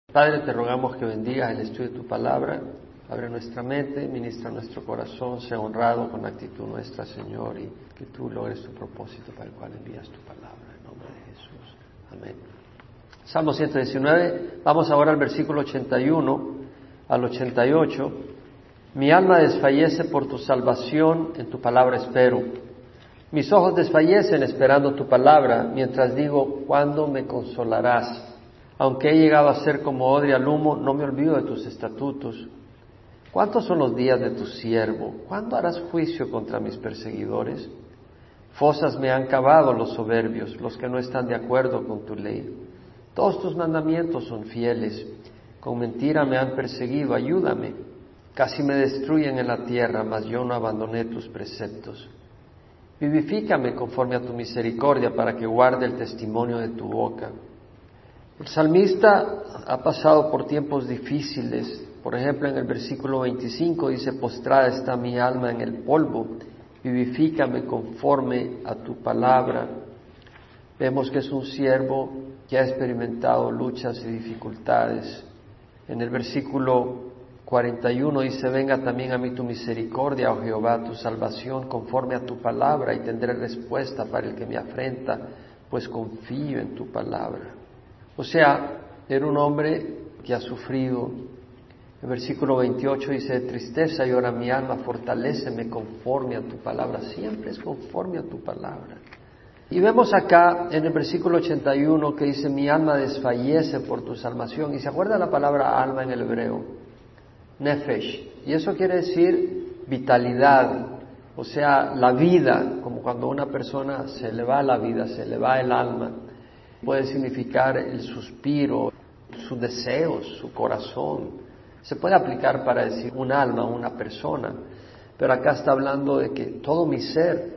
Padre, te rogamos que bendigas el estudio de tu palabra, abre nuestra mente, ministra nuestro corazón, sea honrado con la actitud nuestra, Señor, y que tú logres tu propósito para el cual envías tu palabra, en nombre de Jesús. Amén. Salmo 119, vamos ahora al versículo 81 al 88. Mi alma desfallece por tu salvación, en tu palabra espero. Mis ojos desfallecen esperando tu palabra, mientras digo, ¿cuándo me consolarás? Aunque he llegado a ser como odre al humo, no me olvido de tus estatutos. ¿Cuántos son los días de tu siervo? ¿Cuándo harás juicio contra mis perseguidores? Fosas me han cavado los soberbios, los que no están de acuerdo con tu ley. Todos tus mandamientos son fieles. Con mentira me han perseguido, ayúdame. Casi me destruyen en la tierra, mas yo no abandoné tus preceptos. Vivifícame conforme a tu misericordia, para que guarde el testimonio de tu boca. El salmista ha pasado por tiempos difíciles. Por ejemplo, en el versículo 25 dice, postrada está mi alma en el polvo, vivifícame conforme a tu palabra. Vemos que es un siervo que ha experimentado luchas y dificultades. En el versículo 41 dice, venga también a mí tu misericordia, oh Jehová, tu salvación, conforme a tu palabra, y tendré respuesta para el que me afrenta, pues confío en tu palabra. O sea, era un hombre que ha sufrido. El versículo 28 dice, de tristeza llora mi alma, fortaléceme conforme a tu palabra. Siempre es conforme a tu palabra. Y vemos acá en el versículo 81 que dice, mi alma desfallece por tu salvación. Y se acuerda la palabra alma en el hebreo, nefesh. Y eso quiere decir vitalidad, o sea, la vida, como cuando a una persona se le va la vida, se le va el alma. Puede significar el suspiro, sus deseos, su corazón. Se puede aplicar para decir un alma, una persona. Pero acá está hablando de que todo mi ser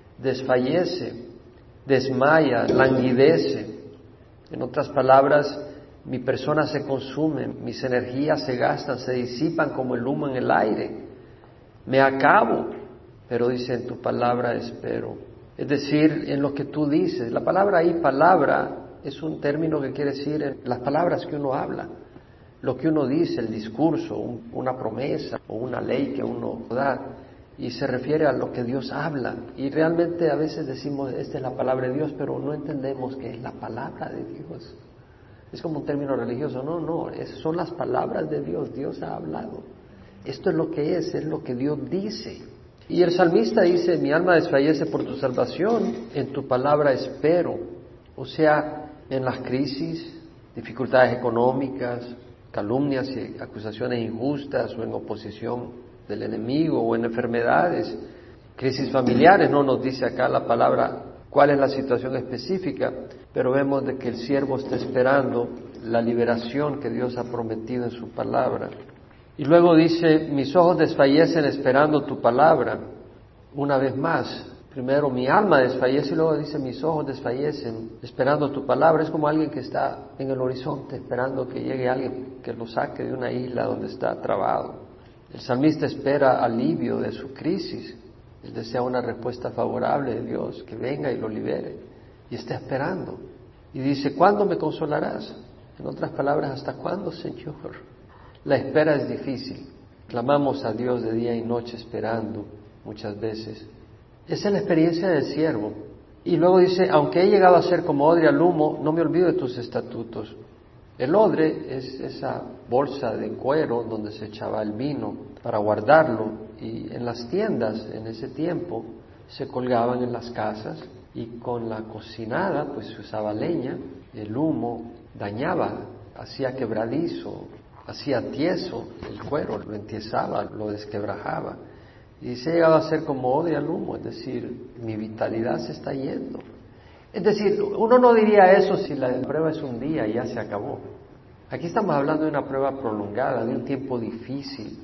desfallece, desmaya, languidece. En otras palabras, mi persona se consume, mis energías se gastan, se disipan como el humo en el aire. Me acabo, pero dice, en tu palabra espero. Es decir, en lo que tú dices. La palabra ahí, palabra, es un término que quiere decir en las palabras que uno habla, lo que uno dice, el discurso, una promesa o una ley que uno da, y se refiere a lo que Dios habla. Y realmente a veces decimos, esta es la palabra de Dios, pero no entendemos que es la palabra de Dios. Es como un término religioso. No, son las palabras de Dios. Dios ha hablado. Esto es lo que es lo que Dios dice. Y el salmista dice, mi alma desfallece por tu salvación, en tu palabra espero. O sea, en las crisis, dificultades económicas, calumnias y acusaciones injustas, o en oposición del enemigo, o en enfermedades, crisis familiares, no nos dice acá la palabra cuál es la situación específica, pero vemos de que el siervo está esperando la liberación que Dios ha prometido en su palabra. Y luego dice, mis ojos desfallecen esperando tu palabra. Una vez más, primero mi alma desfallece y luego dice, mis ojos desfallecen esperando tu palabra. Es como alguien que está en el horizonte esperando que llegue alguien que lo saque de una isla donde está trabado. El salmista espera alivio de su crisis. Él desea una respuesta favorable de Dios, que venga y lo libere. Y está esperando. Y dice, ¿cuándo me consolarás? En otras palabras, ¿hasta cuándo, Señor? La espera es difícil. Clamamos a Dios de día y noche esperando muchas veces. Esa es la experiencia del siervo. Y luego dice, aunque he llegado a ser como odre al humo, no me olvido de tus estatutos. El odre es esa bolsa de cuero donde se echaba el vino para guardarlo. Y en las tiendas, en ese tiempo, se colgaban en las casas y con la cocinada, pues se usaba leña. El humo dañaba, hacía quebradizo, hacía tieso el cuero, lo entiesaba, lo desquebrajaba. Y se ha llegado a ser como odre al humo, es decir, mi vitalidad se está yendo. Es decir, uno no diría eso si la prueba es un día y ya se acabó. Aquí estamos hablando de una prueba prolongada, de un tiempo difícil.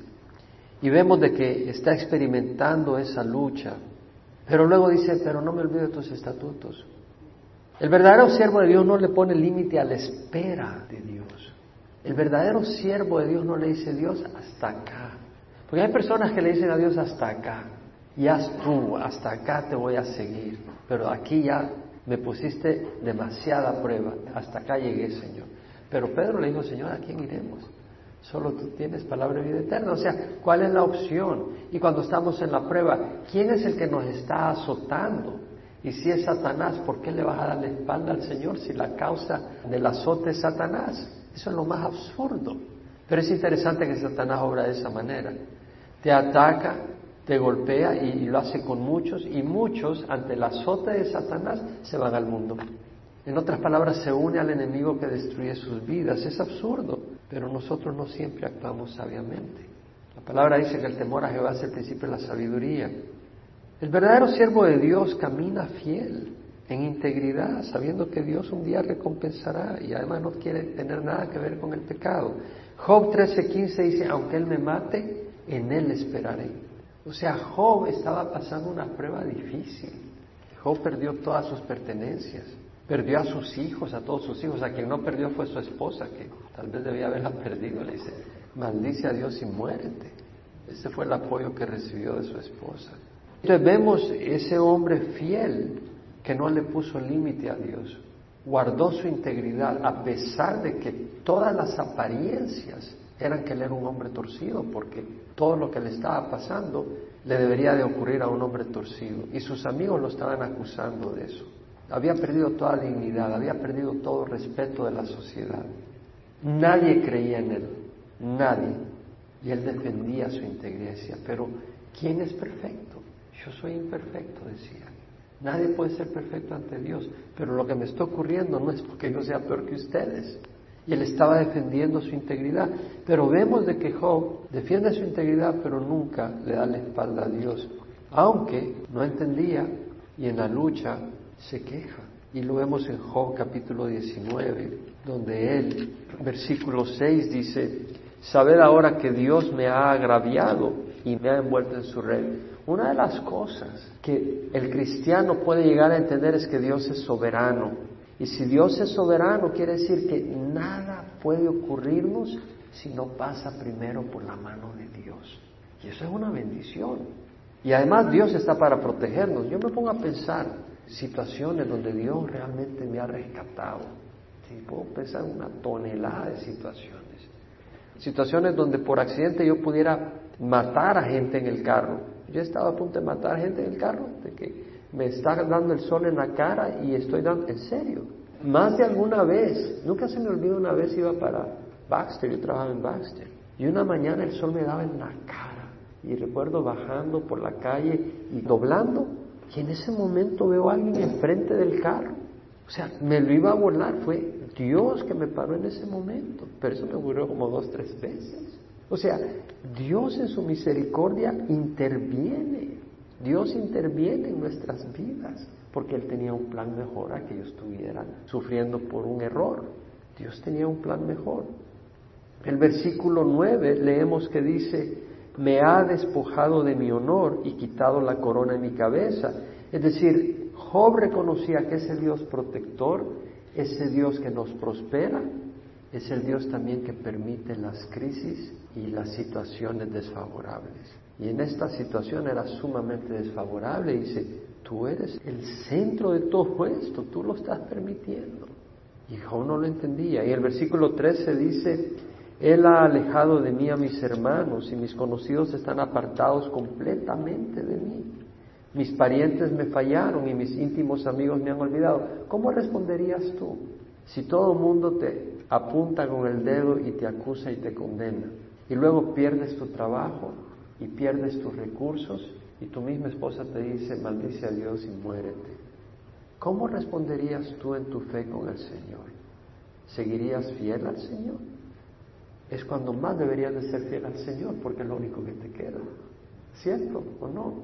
Y vemos de que está experimentando esa lucha. Pero luego dice, pero no me olvido de tus estatutos. El verdadero siervo de Dios no le pone límite a la espera de Dios. El verdadero siervo de Dios no le dice, Dios, hasta acá. Porque hay personas que le dicen a Dios, hasta acá. Y haz tú, hasta acá te voy a seguir. Pero aquí ya me pusiste demasiada prueba. Hasta acá llegué, Señor. Pero Pedro le dijo, Señor, ¿a quién iremos? Solo tú tienes palabra de vida eterna. O sea, ¿cuál es la opción? Y cuando estamos en la prueba, ¿quién es el que nos está azotando? Y si es Satanás, ¿por qué le vas a dar la espalda al Señor si la causa del azote es Satanás? Eso es lo más absurdo. Pero es interesante que Satanás obra de esa manera. Te ataca, te golpea y lo hace con muchos, y muchos, ante el azote de Satanás, se van al mundo. En otras palabras, se une al enemigo que destruye sus vidas. Es absurdo, pero nosotros no siempre actuamos sabiamente. La palabra dice que el temor a Jehová es el principio de la sabiduría. El verdadero siervo de Dios camina fiel, en integridad, sabiendo que Dios un día recompensará y además no quiere tener nada que ver con el pecado. Job 13:15 dice, aunque Él me mate, en Él esperaré. O sea, Job estaba pasando una prueba difícil. Job perdió todas sus pertenencias, perdió a sus hijos, a todos sus hijos. A quien no perdió fue su esposa, que tal vez debía haberla perdido. Le dice, maldice a Dios y muérete. Ese fue el apoyo que recibió de su esposa. Entonces vemos ese hombre fiel que no le puso límite a Dios, guardó su integridad a pesar de que todas las apariencias eran que él era un hombre torcido, porque todo lo que le estaba pasando le debería de ocurrir a un hombre torcido, y sus amigos lo estaban acusando de eso. Había perdido toda dignidad, había perdido todo respeto de la sociedad. Nadie creía en él, nadie, y él defendía su integridad. Decía, pero ¿quién es perfecto? Yo soy imperfecto, decía. Nadie puede ser perfecto ante Dios, pero lo que me está ocurriendo no es porque yo sea peor que ustedes. Y él estaba defendiendo su integridad. Pero vemos de que Job defiende su integridad, pero nunca le da la espalda a Dios. Aunque no entendía y en la lucha se queja. Y lo vemos en Job capítulo 19, donde él, versículo 6 dice, sabed ahora que Dios me ha agraviado y me ha envuelto en su red. Una de las cosas que el cristiano puede llegar a entender es que Dios es soberano. Y si Dios es soberano, quiere decir que nada puede ocurrirnos si no pasa primero por la mano de Dios. Y eso es una bendición. Y además Dios está para protegernos. Yo me pongo a pensar situaciones donde Dios realmente me ha rescatado. Sí, puedo pensar una tonelada de situaciones. Situaciones donde por accidente yo pudiera matar a gente en el carro. Yo he estado a punto de matar a gente en el carro, de que me está dando el sol en la cara y estoy dando, en serio, más de alguna vez, nunca se me olvida, una vez iba para Baxter, yo trabajaba en Baxter, y una mañana el sol me daba en la cara, y recuerdo bajando por la calle y doblando, y en ese momento veo a alguien enfrente del carro, o sea, me lo iba a volar, fue Dios que me paró en ese momento, pero eso me ocurrió como 2, 3 veces. O sea, Dios en su misericordia interviene. Dios interviene en nuestras vidas, porque Él tenía un plan mejor a que yo estuviera sufriendo por un error. Dios tenía un plan mejor. El versículo 9 leemos que dice, me ha despojado de mi honor y quitado la corona de mi cabeza. Es decir, Job reconocía que ese Dios protector, ese Dios que nos prospera, es el Dios también que permite las crisis y las situaciones desfavorables. Y en esta situación era sumamente desfavorable. Dice, tú eres el centro de todo esto, tú lo estás permitiendo. Y Job no lo entendía. Y el versículo 13 dice, Él ha alejado de mí a mis hermanos y mis conocidos están apartados completamente de mí. Mis parientes me fallaron y mis íntimos amigos me han olvidado. ¿Cómo responderías tú si todo el mundo te apunta con el dedo y te acusa y te condena? Y luego pierdes tu trabajo y pierdes tus recursos y tu misma esposa te dice, maldice a Dios y muérete. ¿Cómo responderías tú en tu fe con el Señor? ¿Seguirías fiel al Señor? Es cuando más deberías de ser fiel al Señor, porque es lo único que te queda. ¿Cierto o no?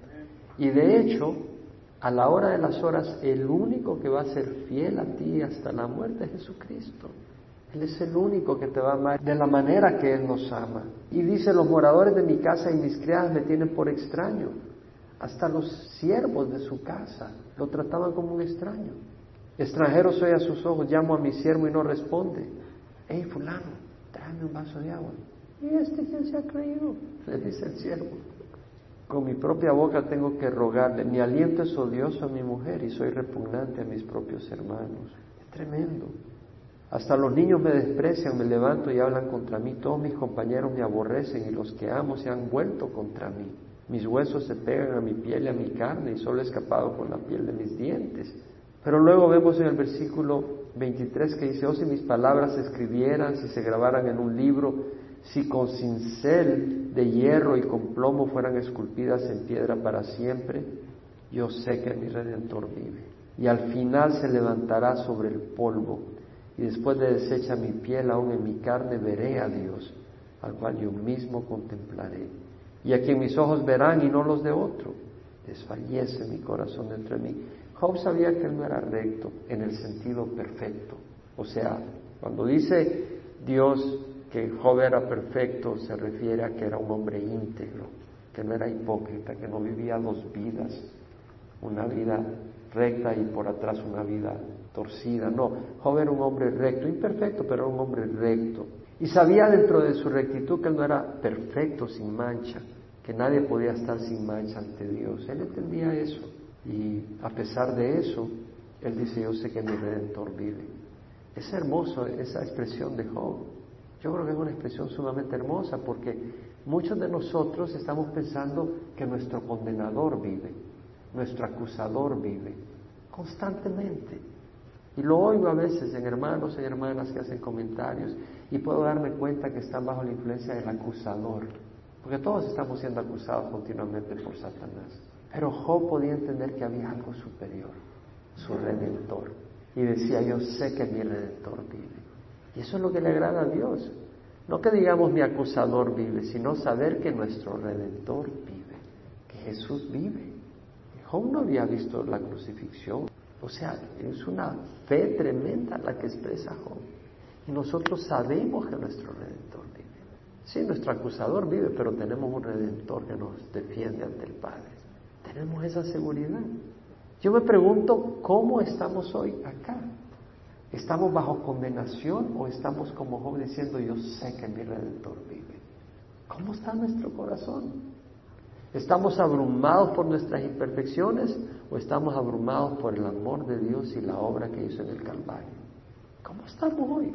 Y de hecho, a la hora de las horas, el único que va a ser fiel a ti hasta la muerte es Jesucristo. Él es el único que te va a amar de la manera que Él nos ama. Y dice, los moradores de mi casa y mis criadas me tienen por extraño. Hasta los siervos de su casa lo trataban como un extraño. Extranjero soy a sus ojos, llamo a mi siervo y no responde. Hey, fulano, tráeme un vaso de agua. ¿Y quién se ha creído? Le dice el siervo. Con mi propia boca tengo que rogarle. Mi aliento es odioso a mi mujer y soy repugnante a mis propios hermanos. Es tremendo. Hasta los niños me desprecian, me levanto y hablan contra mí. Todos mis compañeros me aborrecen y los que amo se han vuelto contra mí. Mis huesos se pegan a mi piel y a mi carne y solo he escapado con la piel de mis dientes. Pero luego vemos en el versículo 23 que dice: oh, si mis palabras se escribieran, si se grabaran en un libro, si con cincel de hierro y con plomo fueran esculpidas en piedra para siempre, yo sé que mi Redentor vive. Y al final se levantará sobre el polvo. Y después de deshecha mi piel, aún en mi carne, veré a Dios, al cual yo mismo contemplaré. Y a quien mis ojos verán y no los de otro. Desfallece mi corazón dentro de mí. Job sabía que él no era recto en el sentido perfecto. O sea, cuando dice Dios que Job era perfecto, se refiere a que era un hombre íntegro, que no era hipócrita, que no vivía dos vidas, una vida recta y por atrás una vida torcida. No, Job era un hombre recto, imperfecto, pero era un hombre recto. Y sabía dentro de su rectitud que él no era perfecto, sin mancha, que nadie podía estar sin mancha ante Dios. Él entendía eso. Y a pesar de eso, él dice: yo sé que mi Redentor vive. Es hermoso esa expresión de Job. Yo creo que es una expresión sumamente hermosa, porque muchos de nosotros estamos pensando que nuestro condenador vive, nuestro acusador vive, constantemente. Y lo oigo a veces en hermanos y hermanas que hacen comentarios, y puedo darme cuenta que están bajo la influencia del acusador, porque todos estamos siendo acusados continuamente por Satanás. Pero Job podía entender que había algo superior, su Redentor, y decía: yo sé que mi Redentor vive. Y eso es lo que le agrada a Dios. No que digamos mi acusador vive, sino saber que nuestro Redentor vive, que Jesús vive. Job no había visto la crucifixión. O sea, es una fe tremenda la que expresa Job. Y nosotros sabemos que nuestro Redentor vive. Sí, nuestro acusador vive, pero tenemos un Redentor que nos defiende ante el Padre. Tenemos esa seguridad. Yo me pregunto, ¿cómo estamos hoy acá? ¿Estamos bajo condenación o estamos como Job diciendo: yo sé que mi Redentor vive? ¿Cómo está nuestro corazón? ¿Estamos abrumados por nuestras imperfecciones o estamos abrumados por el amor de Dios y la obra que hizo en el Calvario? ¿Cómo estamos hoy?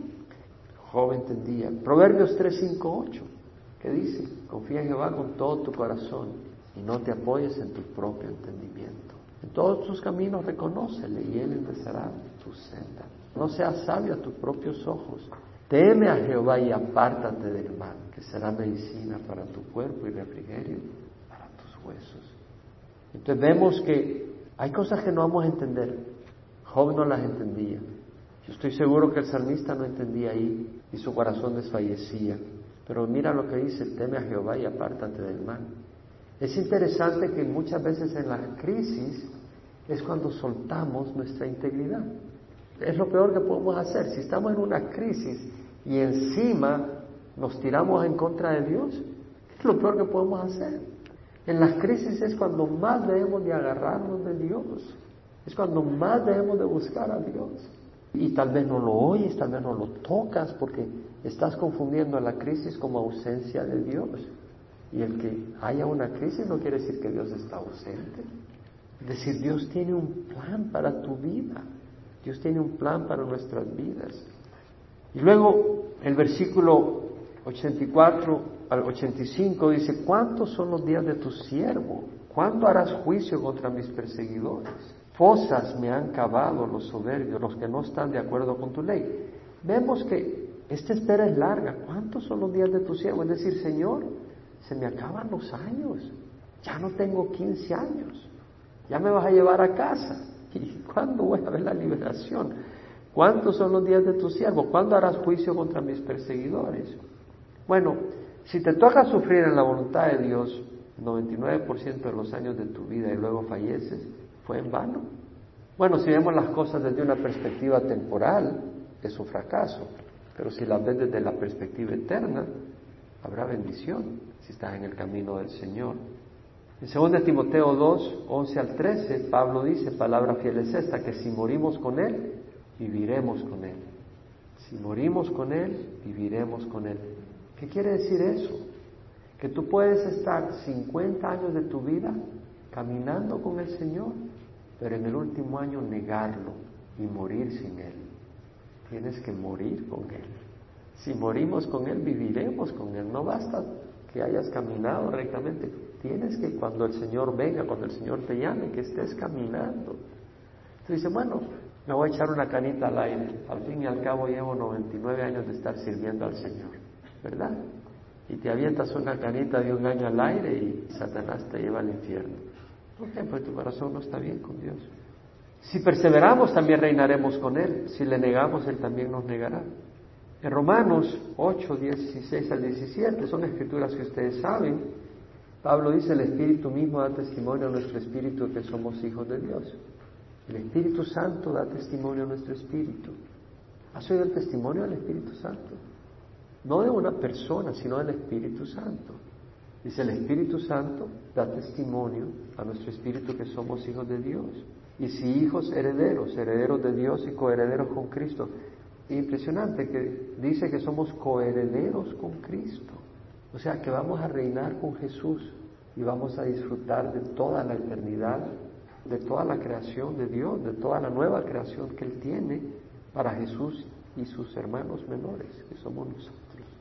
Job entendía. Proverbios 3, 5, 8, que dice: confía en Jehová con todo tu corazón y no te apoyes en tu propio entendimiento. En todos tus caminos reconócele y Él enderezará tu senda. No seas sabio a tus propios ojos. Teme a Jehová y apártate del mal, que será medicina para tu cuerpo y refrigerio para tus huesos. Entonces vemos que hay cosas que no vamos a entender. Job no las entendía. Yo estoy seguro que el salmista no entendía ahí y su corazón desfallecía. Pero mira lo que dice: teme a Jehová y apártate del mal. Es interesante que muchas veces en la crisis es cuando soltamos nuestra integridad. Es lo peor que podemos hacer. Si estamos en una crisis y encima nos tiramos en contra de Dios, es lo peor que podemos hacer. En las crisis es cuando más debemos de agarrarnos de Dios. Es cuando más debemos de buscar a Dios. Y tal vez no lo oyes, tal vez no lo tocas, porque estás confundiendo la crisis como ausencia de Dios. Y el que haya una crisis no quiere decir que Dios está ausente. Es decir, Dios tiene un plan para tu vida. Dios tiene un plan para nuestras vidas. Y luego el versículo 84 al 85 dice: ¿cuántos son los días de tu siervo? ¿Cuándo harás juicio contra mis perseguidores? Fosas me han cavado los soberbios, los que no están de acuerdo con tu ley. Vemos que esta espera es larga. ¿Cuántos son los días de tu siervo? Es decir, Señor, se me acaban los años. Ya no tengo 15 años. Ya me vas a llevar a casa. ¿Y cuándo voy a ver la liberación? ¿Cuántos son los días de tu siervo? ¿Cuándo harás juicio contra mis perseguidores? Bueno, si te toca sufrir en la voluntad de Dios 99% de los años de tu vida y luego falleces, ¿fue en vano? Bueno, si vemos las cosas desde una perspectiva temporal, es un fracaso. Pero si las ves desde la perspectiva eterna, habrá bendición si estás en el camino del Señor. En 2 Timoteo 2, 11 al 13, Pablo dice: palabra fiel es esta, que si morimos con Él, viviremos con Él. Si morimos con Él, viviremos con Él. ¿Qué quiere decir eso? Que tú puedes estar 50 años de tu vida caminando con el Señor, pero en el último año negarlo y morir sin Él. tienes que morir con Él. Si morimos con Él, viviremos con Él. No basta que hayas caminado rectamente. Tienes que, cuando el Señor venga, cuando el Señor te llame, que estés caminando. Entonces dice, bueno, me voy a echar una canita al aire. Al fin y al cabo llevo 99 años de estar sirviendo al Señor, ¿verdad? Y te avientas una canita de 1 año al aire y Satanás te lleva al infierno. ¿Por qué? Pues tu corazón no está bien con Dios. Si perseveramos, también reinaremos con Él. Si le negamos, Él también nos negará. En Romanos 8, 16 al 17, son escrituras que ustedes saben. Pablo dice, el Espíritu mismo da testimonio a nuestro espíritu que somos hijos de Dios. El Espíritu Santo da testimonio a nuestro espíritu. ¿Has oído el testimonio del Espíritu Santo? No de una persona, sino del Espíritu Santo. Dice, el Espíritu Santo da testimonio a nuestro espíritu que somos hijos de Dios. Y si hijos, herederos, herederos de Dios y coherederos con Cristo. Impresionante que dice que somos coherederos con Cristo. O sea que vamos a reinar con Jesús y vamos a disfrutar de toda la eternidad, de toda la creación de Dios, de toda la nueva creación que Él tiene para Jesús y sus hermanos menores, que somos nosotros.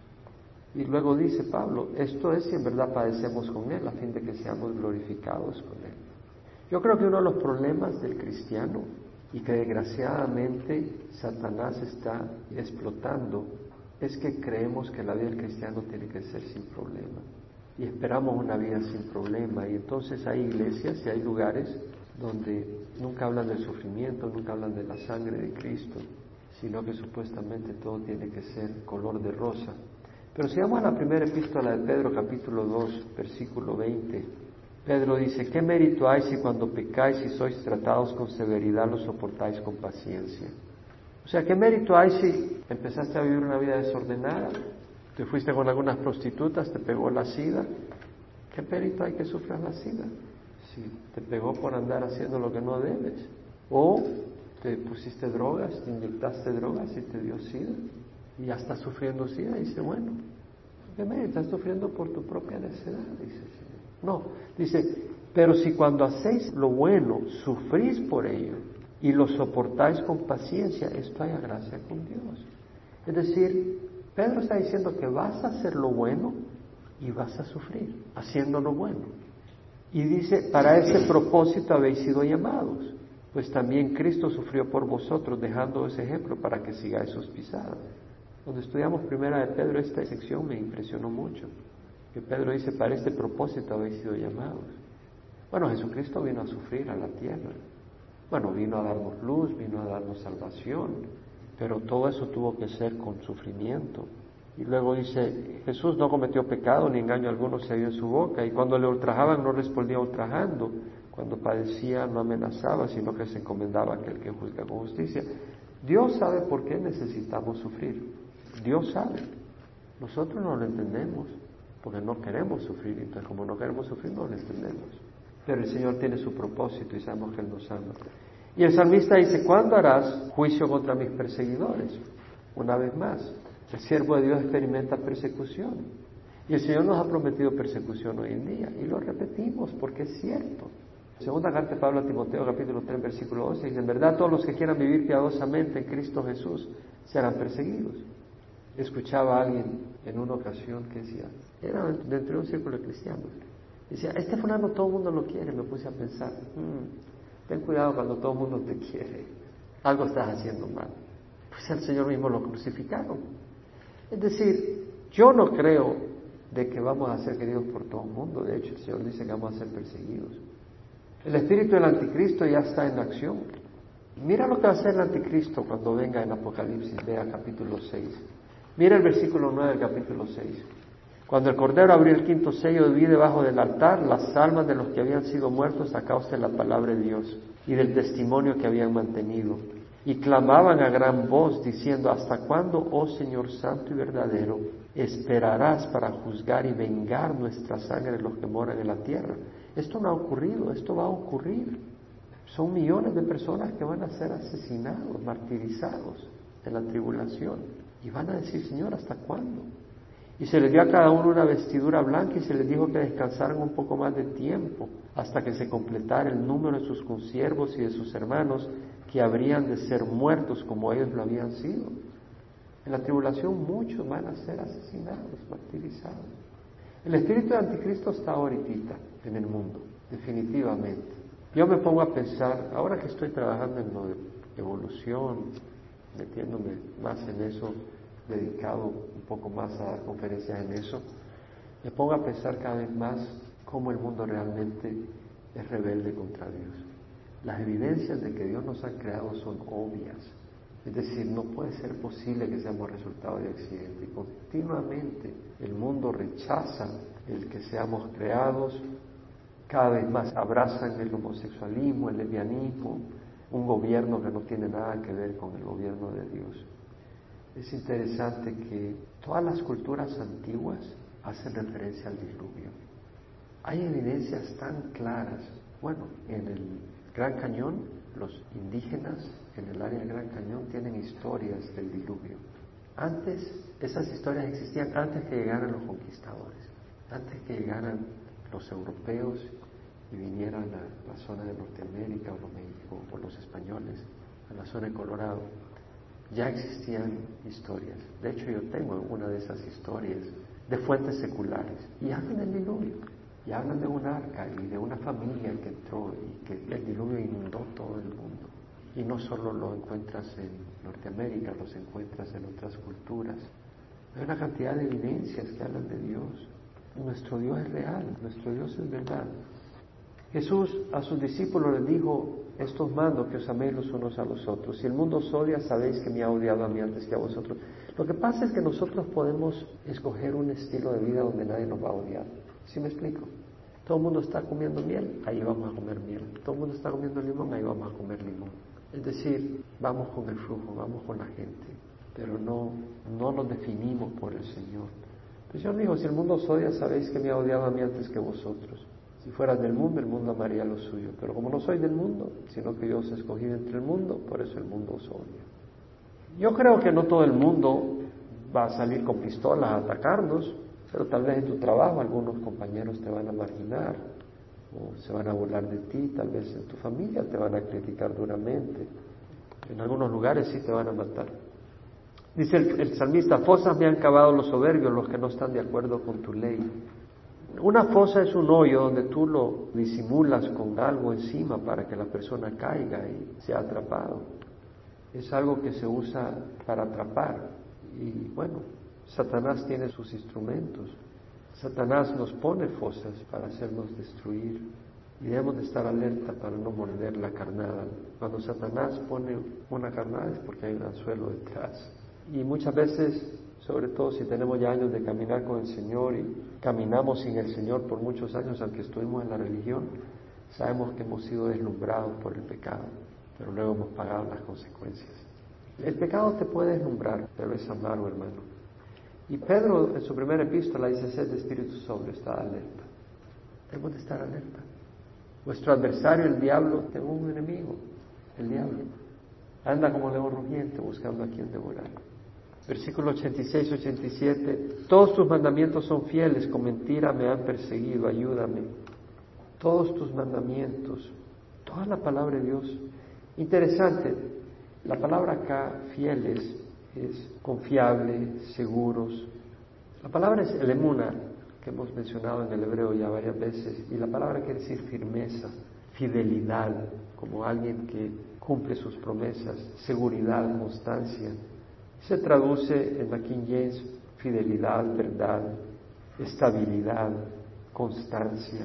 Y luego dice Pablo, esto es si en verdad padecemos con Él, a fin de que seamos glorificados con Él. Yo creo que uno de los problemas del cristiano, y que desgraciadamente Satanás está explotando, es que creemos que la vida del cristiano tiene que ser sin problema. Y esperamos una vida sin problema. Y entonces hay iglesias y hay lugares donde nunca hablan del sufrimiento, nunca hablan de la sangre de Cristo, sino que supuestamente todo tiene que ser color de rosa. Pero si vamos a la primera epístola de Pedro, capítulo 2, versículo 20, Pedro dice, ¿qué mérito hay si cuando pecáis y sois tratados con severidad lo soportáis con paciencia? O sea, ¿qué mérito hay si empezaste a vivir una vida desordenada, te fuiste con algunas prostitutas, te pegó la sida? ¿Qué mérito hay que sufras la sida? Si te pegó por andar haciendo lo que no debes. O te pusiste drogas, te inyectaste drogas y te dio sida. Y ya estás sufriendo sida. Y dice, bueno, ¿qué mérito? Estás sufriendo por tu propia necedad, dice el Señor. No, dice, pero si cuando hacéis lo bueno, sufrís por ello y lo soportáis con paciencia, esto hay gracia con Dios. Es decir, Pedro está diciendo que vas a hacer lo bueno y vas a sufrir haciendo lo bueno. Y dice, para ese propósito habéis sido llamados, pues también Cristo sufrió por vosotros, dejando ese ejemplo para que sigáis sus pisadas. Cuando estudiamos primera de Pedro, esta sección me impresionó mucho. Que Pedro dice, para este propósito habéis sido llamados. Bueno, Jesucristo vino a sufrir a la tierra. Bueno, vino a darnos luz, vino a darnos salvación, pero todo eso tuvo que ser con sufrimiento. Y luego dice, Jesús no cometió pecado, ni engaño alguno se vio en su boca, y cuando le ultrajaban no respondía ultrajando, cuando padecía no amenazaba, sino que se encomendaba a aquel que juzga con justicia. Dios sabe por qué necesitamos sufrir. Dios sabe. Nosotros no lo entendemos, porque no queremos sufrir, entonces como no queremos sufrir no lo entendemos. Pero el Señor tiene su propósito y sabemos que Él nos ama. Y el salmista dice, ¿cuándo harás juicio contra mis perseguidores? Una vez más, el siervo de Dios experimenta persecución. Y el Señor nos ha prometido persecución hoy en día. Y lo repetimos porque es cierto. Segunda carta de Pablo a Timoteo, capítulo 3, versículo 12, dice, en verdad todos los que quieran vivir piadosamente en Cristo Jesús serán perseguidos. Escuchaba a alguien en una ocasión que decía, era dentro de un círculo de cristianos, decía, este fulano todo el mundo lo quiere. Me puse a pensar, ten cuidado cuando todo el mundo te quiere, algo estás haciendo mal. Pues al Señor mismo lo crucificaron. Es decir, yo no creo de que vamos a ser queridos por todo el mundo. De hecho, el Señor dice que vamos a ser perseguidos. El espíritu del anticristo ya está en acción. Mira lo que va a hacer el anticristo cuando venga en Apocalipsis, vea capítulo 6. Mira el versículo 9 del capítulo 6. Cuando el Cordero abrió el quinto sello, vi debajo del altar las almas de los que habían sido muertos a causa de la palabra de Dios y del testimonio que habían mantenido. Y clamaban a gran voz diciendo, ¿hasta cuándo, oh Señor santo y verdadero, esperarás para juzgar y vengar nuestra sangre de los que moran en la tierra? Esto no ha ocurrido, esto va a ocurrir. Son millones de personas que van a ser asesinados, martirizados en la tribulación. Y van a decir, Señor, ¿hasta cuándo? Y se les dio a cada uno una vestidura blanca y se les dijo que descansaran un poco más de tiempo hasta que se completara el número de sus consiervos y de sus hermanos que habrían de ser muertos como ellos lo habían sido. En la tribulación muchos van a ser asesinados, martirizados. El espíritu de anticristo está ahorita en el mundo, definitivamente. Yo me pongo a pensar, ahora que estoy trabajando en lo de evolución, metiéndome más en eso, dedicado un poco más a dar conferencias en eso, me pongo a pensar cada vez más cómo el mundo realmente es rebelde contra Dios. Las evidencias de que Dios nos ha creado son obvias. Es decir, no puede ser posible que seamos resultado de accidente. Y continuamente el mundo rechaza el que seamos creados, cada vez más abrazan el homosexualismo, el lesbianismo, un gobierno que no tiene nada que ver con el gobierno de Dios. Es interesante que todas las culturas antiguas hacen referencia al diluvio. Hay evidencias tan claras. Bueno, en el Gran Cañón, los indígenas en el área del Gran Cañón tienen historias del diluvio. Antes, esas historias existían antes que llegaran los conquistadores, antes que llegaran los europeos y vinieran a la zona de Norteamérica o los México o los españoles, a la zona de Colorado. Ya existían historias. De hecho, yo tengo una de esas historias de fuentes seculares y hablan del diluvio. Y hablan de un arca y de una familia que entró y que el diluvio inundó todo el mundo. Y no solo lo encuentras en Norteamérica, los encuentras en otras culturas. Hay una cantidad de evidencias que hablan de Dios. Nuestro Dios es real, nuestro Dios es verdad. Jesús a sus discípulos les dijo, estos mando que os améis los unos a los otros. Si el mundo os odia, sabéis que me ha odiado a mí antes que a vosotros. Lo que pasa es que nosotros podemos escoger un estilo de vida donde nadie nos va a odiar. ¿Sí me explico? Todo el mundo está comiendo miel, ahí vamos a comer miel. Todo el mundo está comiendo limón, ahí vamos a comer limón. Es decir, vamos con el flujo, vamos con la gente, pero no nos definimos por el Señor. Pues yo digo, si el mundo os odia, sabéis que me ha odiado a mí antes que vosotros. Si fueras del mundo, el mundo amaría lo suyo. Pero como no soy del mundo, sino que yo os he escogido entre el mundo, por eso el mundo os odia. Yo creo que no todo el mundo va a salir con pistolas a atacarnos, pero tal vez en tu trabajo algunos compañeros te van a marginar o se van a burlar de ti, tal vez en tu familia te van a criticar duramente, en algunos lugares sí te van a matar. Dice el salmista, fosas me han cavado los soberbios, los que no están de acuerdo con tu ley. Una fosa es un hoyo donde tú lo disimulas con algo encima para que la persona caiga y sea atrapado. Es algo que se usa para atrapar. Y bueno, Satanás tiene sus instrumentos. Satanás nos pone fosas para hacernos destruir. Y debemos de estar alerta para no morder la carnada. Cuando Satanás pone una carnada es porque hay un anzuelo detrás. Y muchas veces, sobre todo si tenemos ya años de caminar con el Señor y caminamos sin el Señor por muchos años, aunque estuvimos en la religión, sabemos que hemos sido deslumbrados por el pecado, pero luego hemos pagado las consecuencias. El pecado te puede deslumbrar, pero es amargo, hermano. Y Pedro, en su primera epístola, dice, sed de espíritu sobrio, está alerta. Debemos de estar alerta. Vuestro adversario, el diablo, tengo un enemigo, el diablo. Anda como león rugiente buscando a quien devorar. Versículo 86-87, todos tus mandamientos son fieles, con mentira me han perseguido, ayúdame. Todos tus mandamientos, toda la palabra de Dios. Interesante, la palabra acá, fieles, es confiable, seguros. La palabra es el emuna, que hemos mencionado en el hebreo ya varias veces, y la palabra quiere decir firmeza, fidelidad, como alguien que cumple sus promesas, seguridad, constancia. Se traduce en la King James fidelidad, verdad, estabilidad, constancia.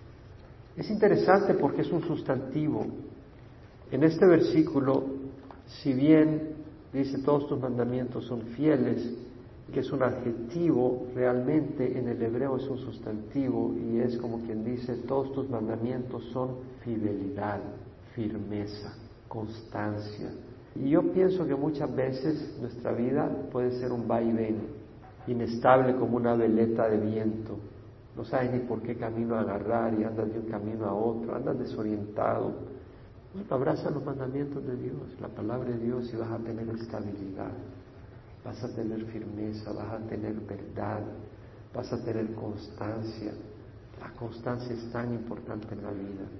Es interesante porque es un sustantivo. En este versículo, si bien dice todos tus mandamientos son fieles, que es un adjetivo, realmente en el hebreo es un sustantivo y es como quien dice todos tus mandamientos son fidelidad, firmeza, constancia. Y yo pienso que muchas veces nuestra vida puede ser un vaivén, inestable como una veleta de viento. No sabes ni por qué camino agarrar y andas de un camino a otro, andas desorientado. Bueno, abraza los mandamientos de Dios, la palabra de Dios, y vas a tener estabilidad, vas a tener firmeza, vas a tener verdad, vas a tener constancia. La constancia es tan importante en la vida.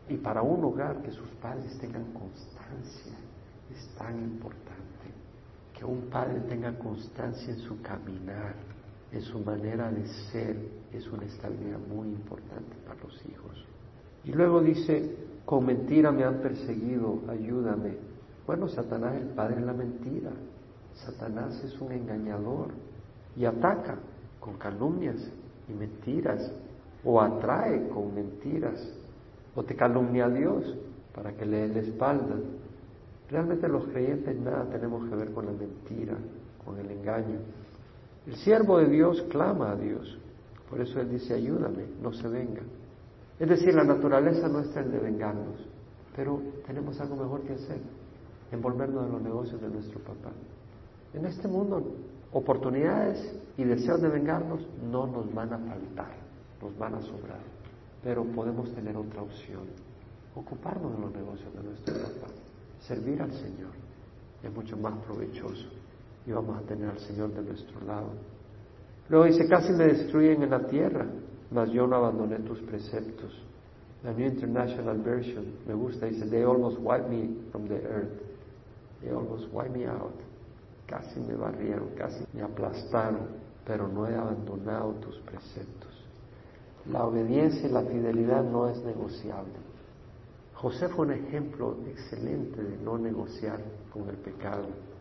Y para un hogar que sus padres tengan constancia es tan importante. Que un padre tenga constancia en su caminar, en su manera de ser, es una estabilidad muy importante para los hijos. Y luego dice, con mentira me han perseguido, ayúdame. Bueno, Satanás es el padre de la mentira. Satanás es un engañador y ataca con calumnias y mentiras, o atrae con mentiras, o te calumnia a Dios para que le des la espalda. Realmente los creyentes nada tenemos que ver con la mentira, con el engaño. El siervo de Dios clama a Dios, por eso él dice, ayúdame, no se venga. Es decir, la naturaleza nuestra es de vengarnos, pero tenemos algo mejor que hacer, envolvernos en los negocios de nuestro papá. En este mundo, oportunidades y deseos de vengarnos no nos van a faltar, nos van a sobrar, pero podemos tener otra opción, ocuparnos de los negocios de nuestro papá. Servir al Señor es mucho más provechoso y vamos a tener al Señor de nuestro lado. Luego dice, casi me destruyen en la tierra, mas yo no abandoné tus preceptos. La New International Version me gusta, dice, they almost wiped me from the earth. They almost wiped me out. Casi me barrieron, casi me aplastaron, pero no he abandonado tus preceptos. La obediencia y la fidelidad no es negociable. José fue un ejemplo excelente de no negociar con el pecado.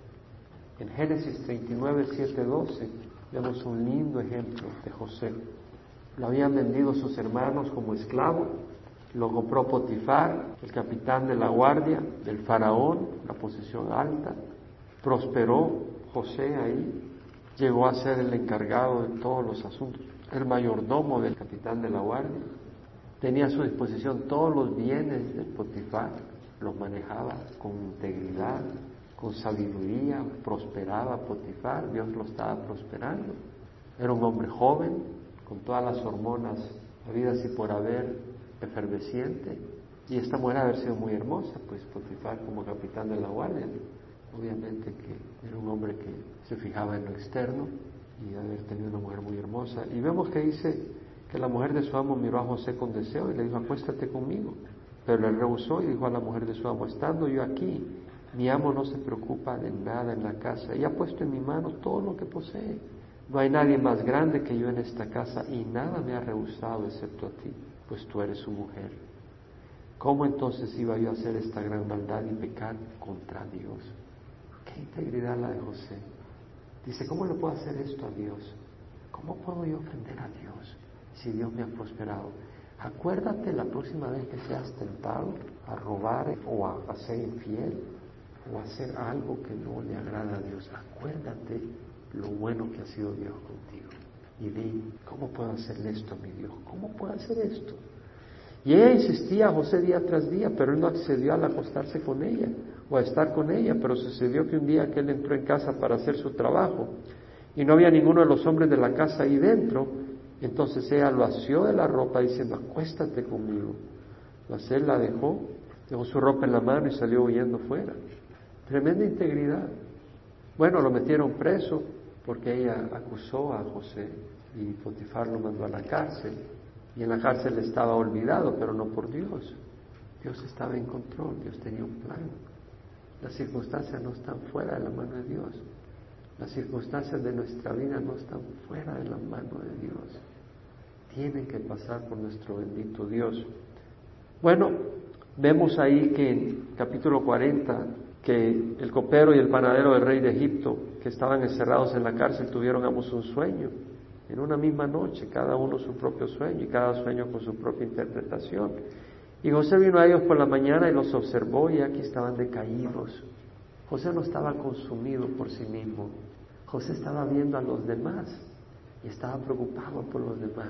En Génesis 39, 7, 12 vemos un lindo ejemplo de José. Lo habían vendido sus hermanos como esclavo, lo compró Potifar, el capitán de la guardia del faraón, una posición alta. Prosperó José ahí, llegó a ser el encargado de todos los asuntos, el mayordomo del capitán de la guardia. Tenía a su disposición todos los bienes de Potifar, los manejaba con integridad, con sabiduría, prosperaba Potifar, Dios lo estaba prosperando. Era un hombre joven, con todas las hormonas habidas y por haber, efervesciente, y esta mujer haber sido muy hermosa, pues Potifar como capitán de la guardia, obviamente que era un hombre que se fijaba en lo externo y haber tenido una mujer muy hermosa. Y vemos que dice que la mujer de su amo miró a José con deseo y le dijo, acuéstate conmigo. Pero él rehusó y dijo a la mujer de su amo, estando yo aquí, mi amo no se preocupa de nada en la casa y ha puesto en mi mano todo lo que posee. No hay nadie más grande que yo en esta casa y nada me ha rehusado excepto a ti, pues tú eres su mujer. ¿Cómo entonces iba yo a hacer esta gran maldad y pecar contra Dios? ¡Qué integridad la de José! Dice, ¿cómo le puedo hacer esto a Dios? ¿Cómo puedo yo ofender a Dios si Dios me ha prosperado? Acuérdate la próxima vez que seas tentado a robar o a ser infiel o a hacer algo que no le agrada a Dios. Acuérdate lo bueno que ha sido Dios contigo. Y di, ¿cómo puedo hacerle esto a mi Dios? ¿Cómo puedo hacer esto? Y ella insistía a José día tras día, pero él no accedió al acostarse con ella o a estar con ella. Pero sucedió que un día que él entró en casa para hacer su trabajo y no había ninguno de los hombres de la casa ahí dentro, entonces ella lo asió de la ropa diciendo, acuéstate conmigo. Mas él la dejó su ropa en la mano y salió huyendo fuera. Tremenda integridad. Bueno, lo metieron preso porque ella acusó a José y Potifar lo mandó a la cárcel. Y en la cárcel estaba olvidado, pero no por Dios. Dios estaba en control, Dios tenía un plan. Las circunstancias no están fuera de la mano de Dios. Las circunstancias de nuestra vida no están fuera de la mano de Dios. Tienen que pasar por nuestro bendito Dios. Bueno, vemos ahí que en capítulo 40, que el copero y el panadero del rey de Egipto, que estaban encerrados en la cárcel, tuvieron ambos un sueño. En una misma noche, cada uno su propio sueño y cada sueño con su propia interpretación. Y José vino a ellos por la mañana y los observó y aquí estaban decaídos. José no estaba consumido por sí mismo. José estaba viendo a los demás y estaba preocupado por los demás.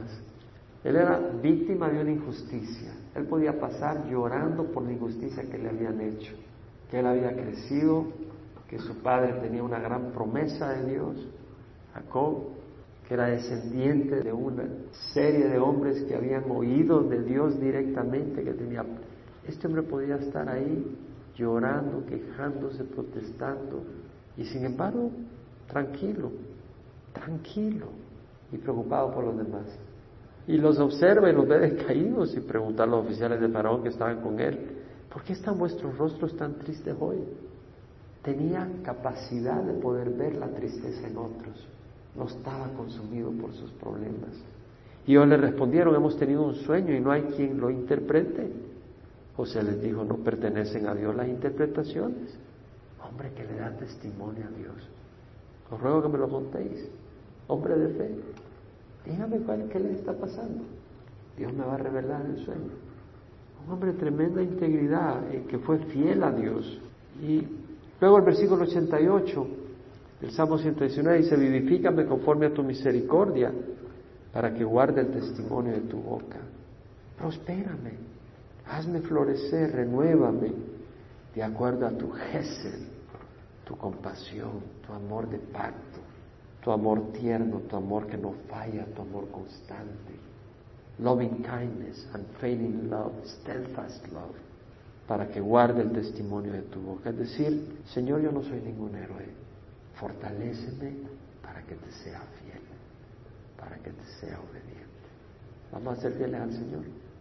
Él era víctima de una injusticia. Él podía pasar llorando por la injusticia que le habían hecho. Que él había crecido, que su padre tenía una gran promesa de Dios, Jacob, que era descendiente de una serie de hombres que habían oído de Dios directamente, que tenía... Este hombre podía estar ahí llorando, quejándose, protestando, y sin embargo, tranquilo, y preocupado por los demás. Y los observa y los ve decaídos y pregunta a los oficiales de Faraón que estaban con él, ¿por qué están vuestros rostros tan tristes hoy? Tenía capacidad de poder ver la tristeza en otros. No estaba consumido por sus problemas. Y ellos le respondieron, hemos tenido un sueño y no hay quien lo interprete. José les dijo, ¿no pertenecen a Dios las interpretaciones? Hombre que le da testimonio a Dios. Os ruego que me lo contéis. Hombre de fe. Dígame qué le está pasando. Dios me va a revelar el sueño. Un hombre de tremenda integridad, que fue fiel a Dios. Y luego el versículo 88 del Salmo 119 dice, vivifícame conforme a tu misericordia, para que guarde el testimonio de tu boca. Prospérame, hazme florecer, renuévame, de acuerdo a tu gesed, tu compasión, tu amor de pacto, tu amor tierno, tu amor que no falla, tu amor constante. Loving kindness, unfailing love, steadfast love, para que guarde el testimonio de tu boca. Es decir, Señor, yo no soy ningún héroe, fortaléceme para que te sea fiel, para que te sea obediente. Vamos a ser fieles al Señor.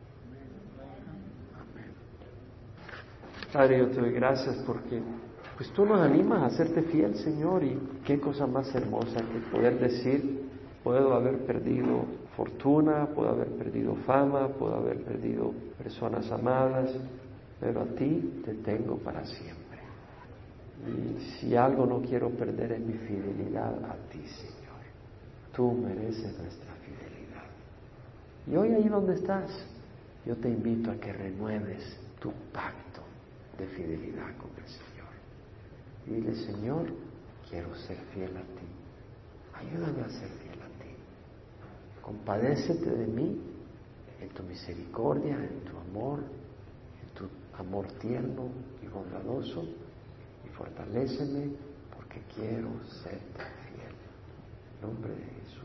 Amén. Padre, yo te doy gracias porque pues tú nos animas a hacerte fiel, Señor, y qué cosa más hermosa que poder decir, puedo haber perdido fortuna, puedo haber perdido fama, puedo haber perdido personas amadas, pero a ti te tengo para siempre. Y si algo no quiero perder es mi fidelidad a ti, Señor. Tú mereces nuestra fidelidad. Y hoy ahí donde estás, yo te invito a que renueves tu pacto de fidelidad con el Señor. Y dile, Señor, quiero ser fiel a ti. Ayúdame a ser fiel a ti. Compadécete de mí en tu misericordia, en tu amor tierno y bondadoso, y fortaléceme porque quiero serte fiel. En nombre de Jesús.